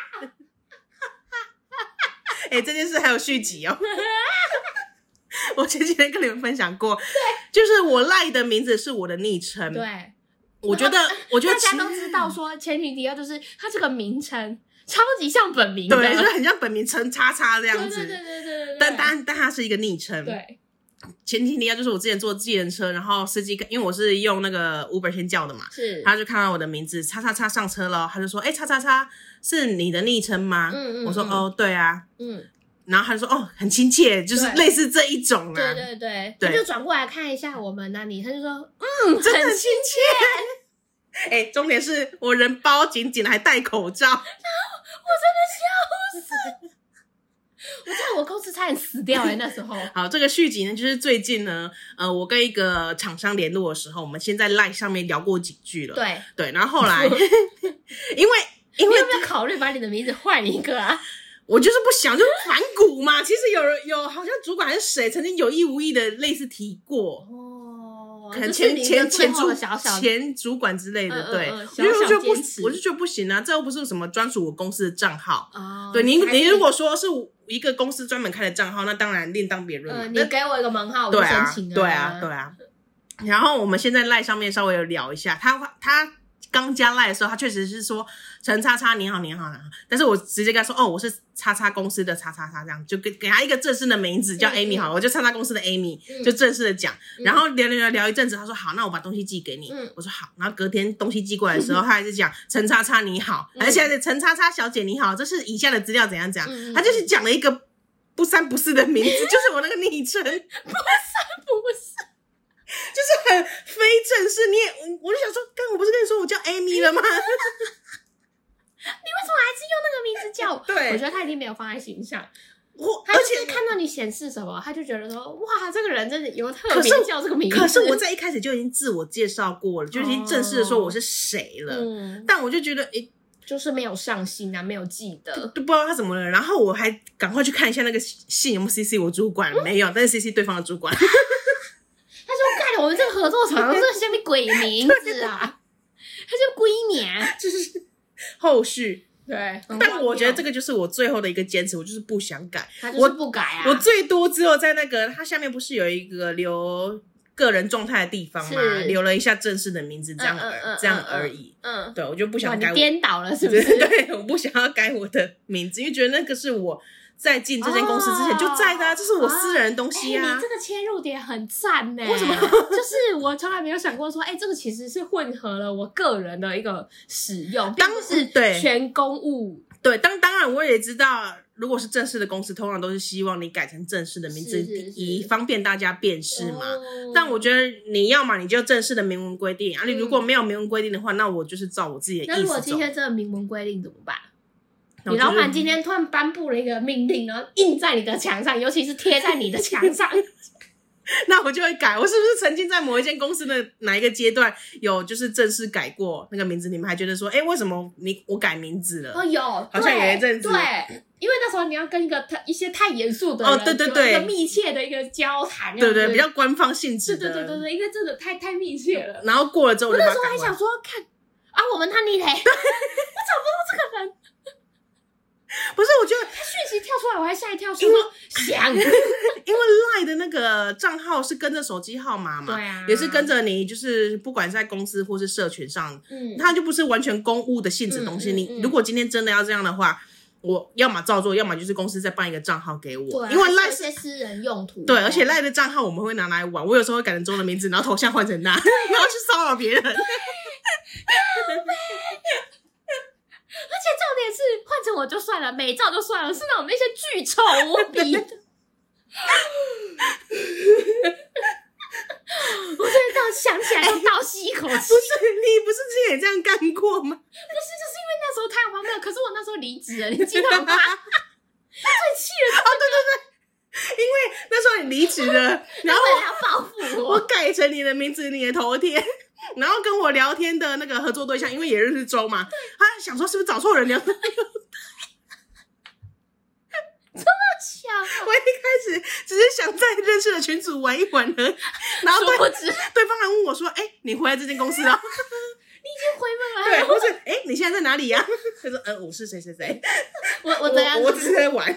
这件事还有续集哦。我前几天跟你们分享过，就是我赖的名字是我的昵称， 对。 我觉得大家都知道说前提第二就是它这个名称超级像本名的， 对，就是很像本名陈叉叉这样子， 对。 但它是一个昵称， 对。 前提第二就是我之前坐计程车，然后司机因为我是用那个 Uber 先叫的嘛， 是， 他就看到我的名字叉叉叉上车了，他就说叉叉叉是你的昵称吗？我说对啊，然后他就说很亲切，就是类似这一种啊。 对，他就转过来看一下我们那里，他就说真的很亲切。重点是我人包紧紧的，还戴口罩，然后我真的笑死。我在我公司差点死掉那时候。 好，这个续集呢，就是最近呢，我跟一个厂商联络的时候，我们先在 LINE 上面聊过几句了。对，然后后来，因为你有没有考虑把你的名字换一个啊？ 我就是不想，就是反骨嘛。其实有好像主管还是谁曾经有意无意的类似提过。可能前主管之类的，对，我就觉得不行啊，这又不是什么专属我公司的账号。对，你如果说是一个公司专门开的账号，那当然另当别论。 你给我一个门号，我就申请。 对啊。然后我们现在 LINE 上面稍微有聊一下，他刚加 LINE 的时候，他确实是说陈叉叉你好，但是我直接跟他说我是叉叉公司的叉叉叉，这样就给他一个正式的名字叫 Amy 好了，我就叉叉公司的 Amy，就正式的讲。然后聊一阵子，他说好，那我把东西寄给你。我说好，然后隔天东西寄过来的时候，他还是讲陈叉叉你好，而且陈叉叉小姐你好，这是以下的资料怎样讲，他就是讲了一个不三不四的名字，就是我那个昵称，不三不四。就是很非正式，我就想说，我不是跟你说我叫 Amy 了吗？你为什么还是用那个名字叫我？ 对， 我觉得他一定没有放在心上。而且看到你显示什么，他就觉得说，哇，这个人真的有特别叫这个名字。 可是我在一开始就已经自我介绍过了，就已经正式的说我是谁了。但我就觉得， 就是没有上心啊，没有记得， 都不知道他怎么了。然后我还赶快去看一下那个信有没有 CC 我主管，没有，但是 CC 对方的主管。 他说：“干了，我们这个合作厂是什么鬼名字啊？他就归年， 就是后续对。 但我觉得这个就是我最后的一个坚持，我就是不想改， 他就是不改啊。 我最多只有在那个他下面不是有一个留个人状态的地方嘛，留了一下正式的名字，这样而已。对，我就不想改。 你颠倒了是不是？ 对，我不想要改我的名字，因为觉得那个是我在进这间公司之前就在的这是我私人的东西啊。 你这个切入点很赞呢。 为什么？ 就是我从来没有想过说，这个其实是混合了我个人的一个使用，并不是全公务。 对，当然我也知道，如果是正式的公司，通常都是希望你改成正式的名字，以方便大家辨识嘛。但我觉得你要嘛，你就正式的明文规定，你如果没有明文规定的话，那我就是照我自己的意思走。 那如果今天这个明文规定怎么办？你老板今天突然颁布了一个命令，然后印在你的墙上，尤其是贴在你的墙上。 那我就会改。我是不是曾经在某一间公司的哪一个阶段有就是正式改过那个名字？你们还觉得说，为什么我改名字了？ 有， 好像有一阵子。 对，因为那时候你要跟一些太严肃的人，有一个密切的一个交谈， 对，比较官方性质的， 对，因为真的太密切了。 然后过了之后， 我那时候还想说，看我们他你嘞，我找不到这个人。 不是，我觉得他讯息跳出来，我还吓一跳，说想， 因为 LINE 的那个账号是跟着手机号码嘛， 对啊， 也是跟着你，就是不管在公司或是社群上，它就不是完全公务的性质的东西。你如果今天真的要这样的话，我要么照做，要么就是公司再办一个账号给我，因为 LINE 有些私人用途， 对，而且 LINE 的账号我们会拿来玩，我有时候会改成周的名字，然后头像换成那，然后去骚扰别人。 而且重点是换成我就算了，美照就算了，是那种那些巨丑无比的。我现在这样想起来都倒吸一口气。不是， 你不是之前也这样干过吗？ 不是，就是因为那时候太荒谬，可是我那时候离职了，你记得吗？最气人哦，对，因为那时候你离职了，然后要报复我改成你的名字，你的头贴。然后跟我聊天的那个合作对象，因为也认识周嘛，他想说是不是找错人聊天？ 这么巧！ 我一开始只是想在认识的群组玩一玩而已，然后对方还问我说：“你回来这间公司了？” 你已经回门了。 对，或是你现在在哪里呀？他说：“我是谁谁谁。”我只是在玩。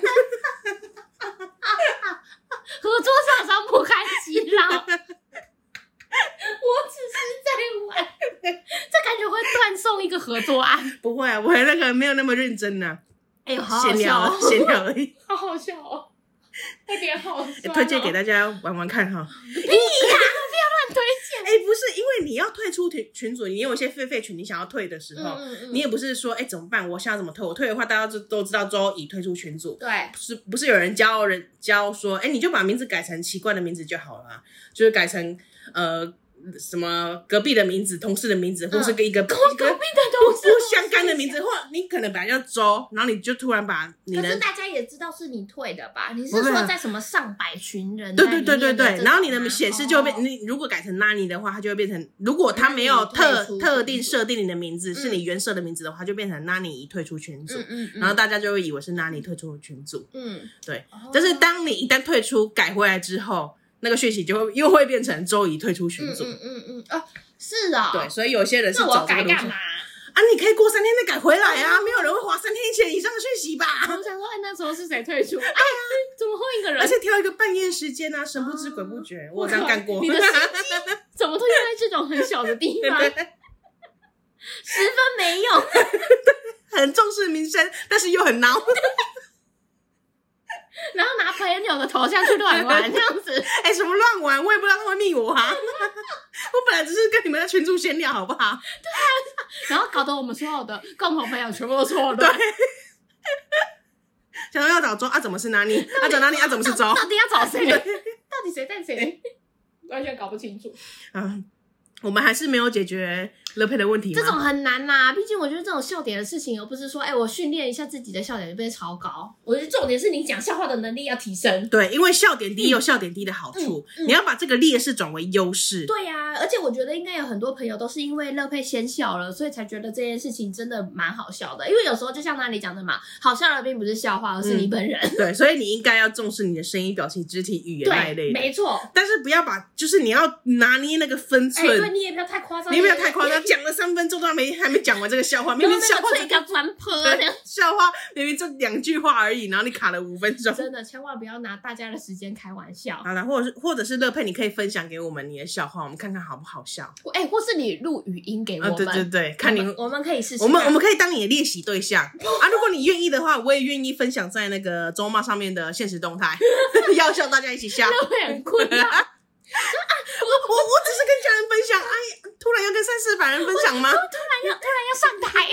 合作厂商不开心啦。我只是在玩，这感觉会断送一个合作案。 不会啊，我那个没有那么认真啊。 好好笑哦， 闲聊而已。 好好笑哦，有点好笑。 推荐给大家玩玩看哈。 屁呀，不要乱推荐。 不是，因为你要退出群组，你有一些废群，你想要退的时候，你也不是说怎么办？我想要怎么退？我退的话，大家都知道周已退出群组。 对， 不是有人教说，你就把名字改成奇怪的名字就好了，就是改成什么隔壁的名字、同事的名字，或是一个隔壁的同事不相干的名字，或你可能本来叫周，然后你就突然把你的， 可是大家也知道是你退的吧？你是说在什么上百群人？ 对，然后你的显示就会变，你如果改成 Nani 的话，它就会变成，如果它没有特定设定你的名字，是你原设的名字的话，就变成 Nani 已退出群组，然后大家就会以为是 Nani 退出群组，对。但是当你一旦退出改回来之后，那个讯息就又会变成周已退出群组。 是啊， 对，所以有些人是找这个路线你可以过3天再改回来啊，没有人会花3天前以上的讯息吧？ 我想说，那时候是谁退出？怎么换一个人？ 而且挑一个半夜时间啊，神不知鬼不觉，我这样干过。 你的心机怎么会用在这种很小的地方？10分没用， 很重视名声，但是又很孬。 然后拿朋友的头像去乱玩，这样子。 什么乱玩？我也不知道他会密我啊。我本来只是跟你们在群组闲聊，好不好？对啊。然后搞得我们所有的共同朋友全部都错了。对。 想说要找周怎么是哪里？找哪里？怎么是周？ 到底要找谁？到底谁带谁？完全搞不清楚。 我们还是没有解决乐佩的问题吗？ 这种很难啦，毕竟我觉得这种笑点的事情，而不是说我训练一下自己的笑点就变超高。我觉得重点是你讲笑话的能力要提升。 对，因为笑点低有笑点低的好处，你要把这个劣势转为优势。 对啊，而且我觉得应该有很多朋友都是因为乐佩先笑了，所以才觉得这件事情真的蛮好笑的。因为有时候就像那里讲的嘛，好笑的并不是笑话，而是你本人。 对，所以你应该要重视你的声音、表情、肢体语言那一类的。 没错。 但是不要把，就是你要拿捏那个分寸。 对，你也不要太夸张。 你也不要太夸张， 讲了3分钟都还没讲完这个笑话，明明笑话一个转坡， 笑话明明就2句话而已，然后你卡了5分钟。 真的，千万不要拿大家的时间开玩笑。 好了，或者是乐佩，你可以分享给我们你的笑话，我们看看好不好笑。 或是你录语音给我们。 对对对，看你我们可以试试。 我们可以当你的练习对象啊！如果你愿意的话，我也愿意分享在那个周末上面的现实动态，要笑大家一起笑。 那会很困扰。 我只是跟家人分享，哎，突然要跟300-400人分享吗？ 突然要上台。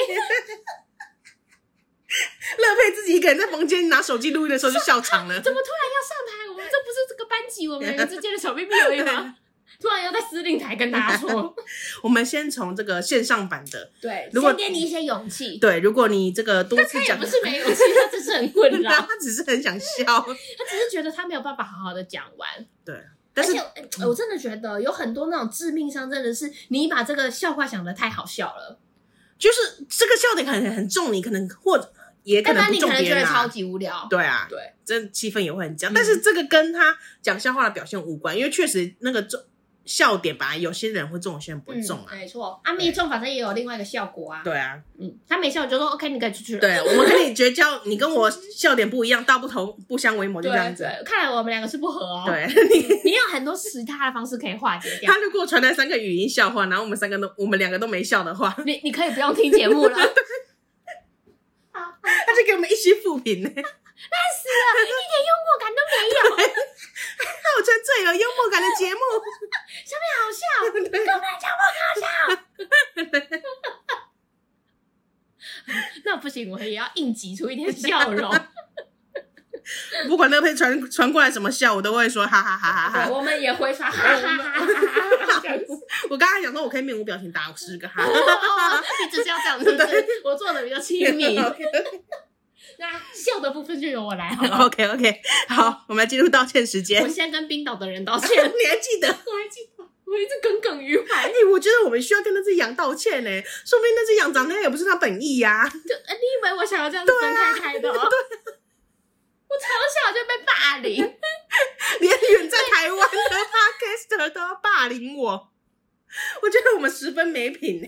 乐佩自己一个人在房间拿手机录音的时候就笑场了。 怎么突然要上台？我们这不是这个班级我们2个之间的小秘密而已吗？突然要在司令台跟大家说。 我们先从这个线上版的， 对，先给你一些勇气。 对，如果你这个多次讲， 他也不是没勇气，他只是很困扰， 他只是很想笑， 他只是觉得他没有办法好好的讲完。 对。但是我真的觉得有很多那种致命伤，真的是你把这个笑话想得太好笑了， 就是这个笑点很重，你可能或者也可能不重别人， 但你可能觉得超级无聊。 对啊， 对， 这气氛也会很僵。但是这个跟他讲笑话的表现无关，因为确实那个笑点吧，有些人会中，有些人不中啊。 没错，没中反正也有另外一个效果啊。 对啊， 他没笑你就说 OK， 你可以出去了。 对，我们跟你绝交，你跟我笑点不一样，道不同不相为谋，就这样子。 对，看来我们2个是不合哦。 对， 你有很多其他的方式可以化解掉。 他如果传来3个语音笑话，然后我们2个都没笑的话， 你可以不用听节目了。 他就给我们一些负评呢。 烂死了，一点幽默感都没有。 号称最有幽默感的节目， 下面好笑，根本就不好笑。那不行，我也要硬挤出一点笑容。 不管乐佩传过来什么笑，我都会说哈哈哈哈哈。 我们也会说哈哈哈哈。 我刚才讲说，我可以面无表情打10个哈。 你只是要这样子，我做的比较亲密。那笑的部分就由我来好了。 OK， 好，我们来进入道歉时间。 我先跟冰岛的人道歉。 你还记得？ 我还记得，我一直耿耿于怀。 我觉得我们需要跟那只羊道歉呢，说不定那只羊长那样也不是他本意呀。 你以为我想要这样子分开的？对，我从小就被霸凌， 连远在台湾的 podcaster 都要霸凌我，我觉得我们10分没品呢。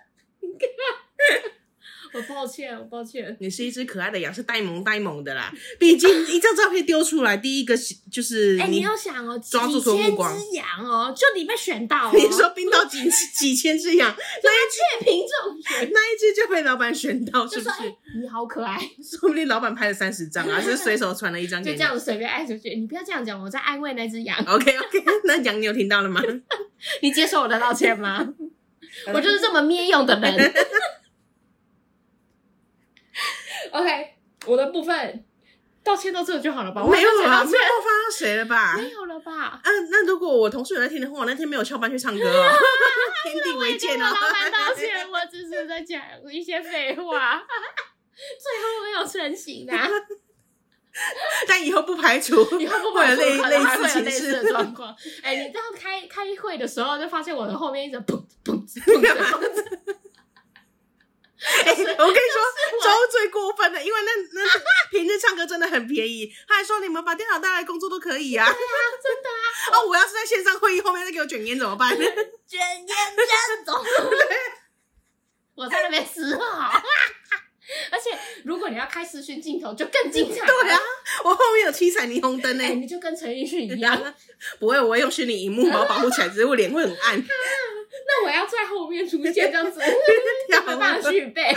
我抱歉。 你是一只可爱的羊，是呆萌的啦。毕竟一张照片丢出来，第一个就是你要想哦， 抓住所有目光， 几千只羊哦，就你被选到。 你说冰岛几千只羊， 那一片凭中选， 那一只就被老板选到，是不是？ 你好可爱， 说不定老板拍了30张啊，是随手传了1张给你， 就这样随便爱出去。你不要这样讲，我在安慰那只羊。 OK， 那羊你有听到了吗？ 你接受我的道歉吗？我就是这么咩用的人。OK， 我的部分道歉到这就好了吧？ 没有了，没有发到谁了吧？ 没有了吧？ 那如果我同事有在听的话，我那天没有翘班去唱歌哦，天地为鉴哦。 我老板道歉，我只是在讲一些废话，最后没有成型啊。 但以后不排除会有类似的状况。你这样开会的时候，就发现我的后面一直砰砰砰。 我跟你说，周最过分的，因为那平日唱歌真的很便宜，他还说你们把电脑带来工作都可以啊。 对啊，真的啊。 我要是在线上会议后面再给我卷烟怎么办？卷烟真懂。我在那边嘶吼。而且如果你要开视讯镜头，就更精彩。 对啊，我后面有7彩霓虹灯呢。 你就跟陈奕迅一样。 不会，我会用虚拟萤幕把我保护起来，只是我脸会很暗。 那我要在后面出现这样子，没办法续背。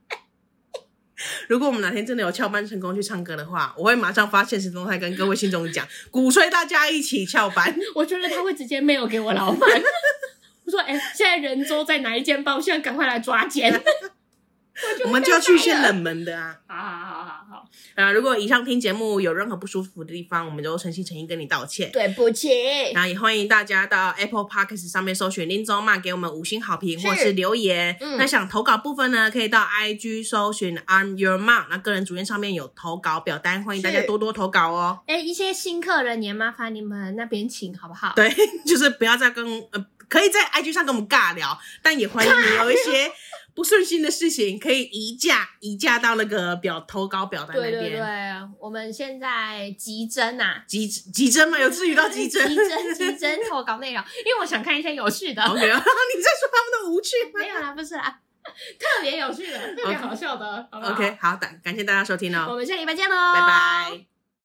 如果我们哪天真的有翘班成功去唱歌的话，我会马上发现实动态跟各位信众讲，鼓吹大家一起翘班。 我觉得他会直接mail给我老板，我说现在人州在哪一间包厢，赶快来抓奸。 我们就要去一些冷门的啊。 好。 如果以上听节目有任何不舒服的地方，我们就诚心诚意跟你道歉， 对不起。 然后也欢迎大家到 Apple Podcast 上面搜寻林州骂，给我们5星好评或是留言。那想投稿部分呢，可以到 IG 搜寻 I'm Your Mom， 那个人主页上面有投稿表单，欢迎大家多多投稿哦。 一些新客人也麻烦你们那边请好不好？ 对，就是不要再可以在 IG 上跟我们尬聊，但也欢迎你有一些不顺心的事情可以移驾到那个投稿表单那边。 对，我们现在急征啊， 急征吗？有至于到急征？ 急征投稿内容，因为我想看一些有趣的。 OK， 你在说他们的无趣吗？ 没有啦，不是啦，特别有趣的，特别好笑的。好不好 OK， 好的，感谢大家收听哦， 我们下礼拜见喽， 拜拜。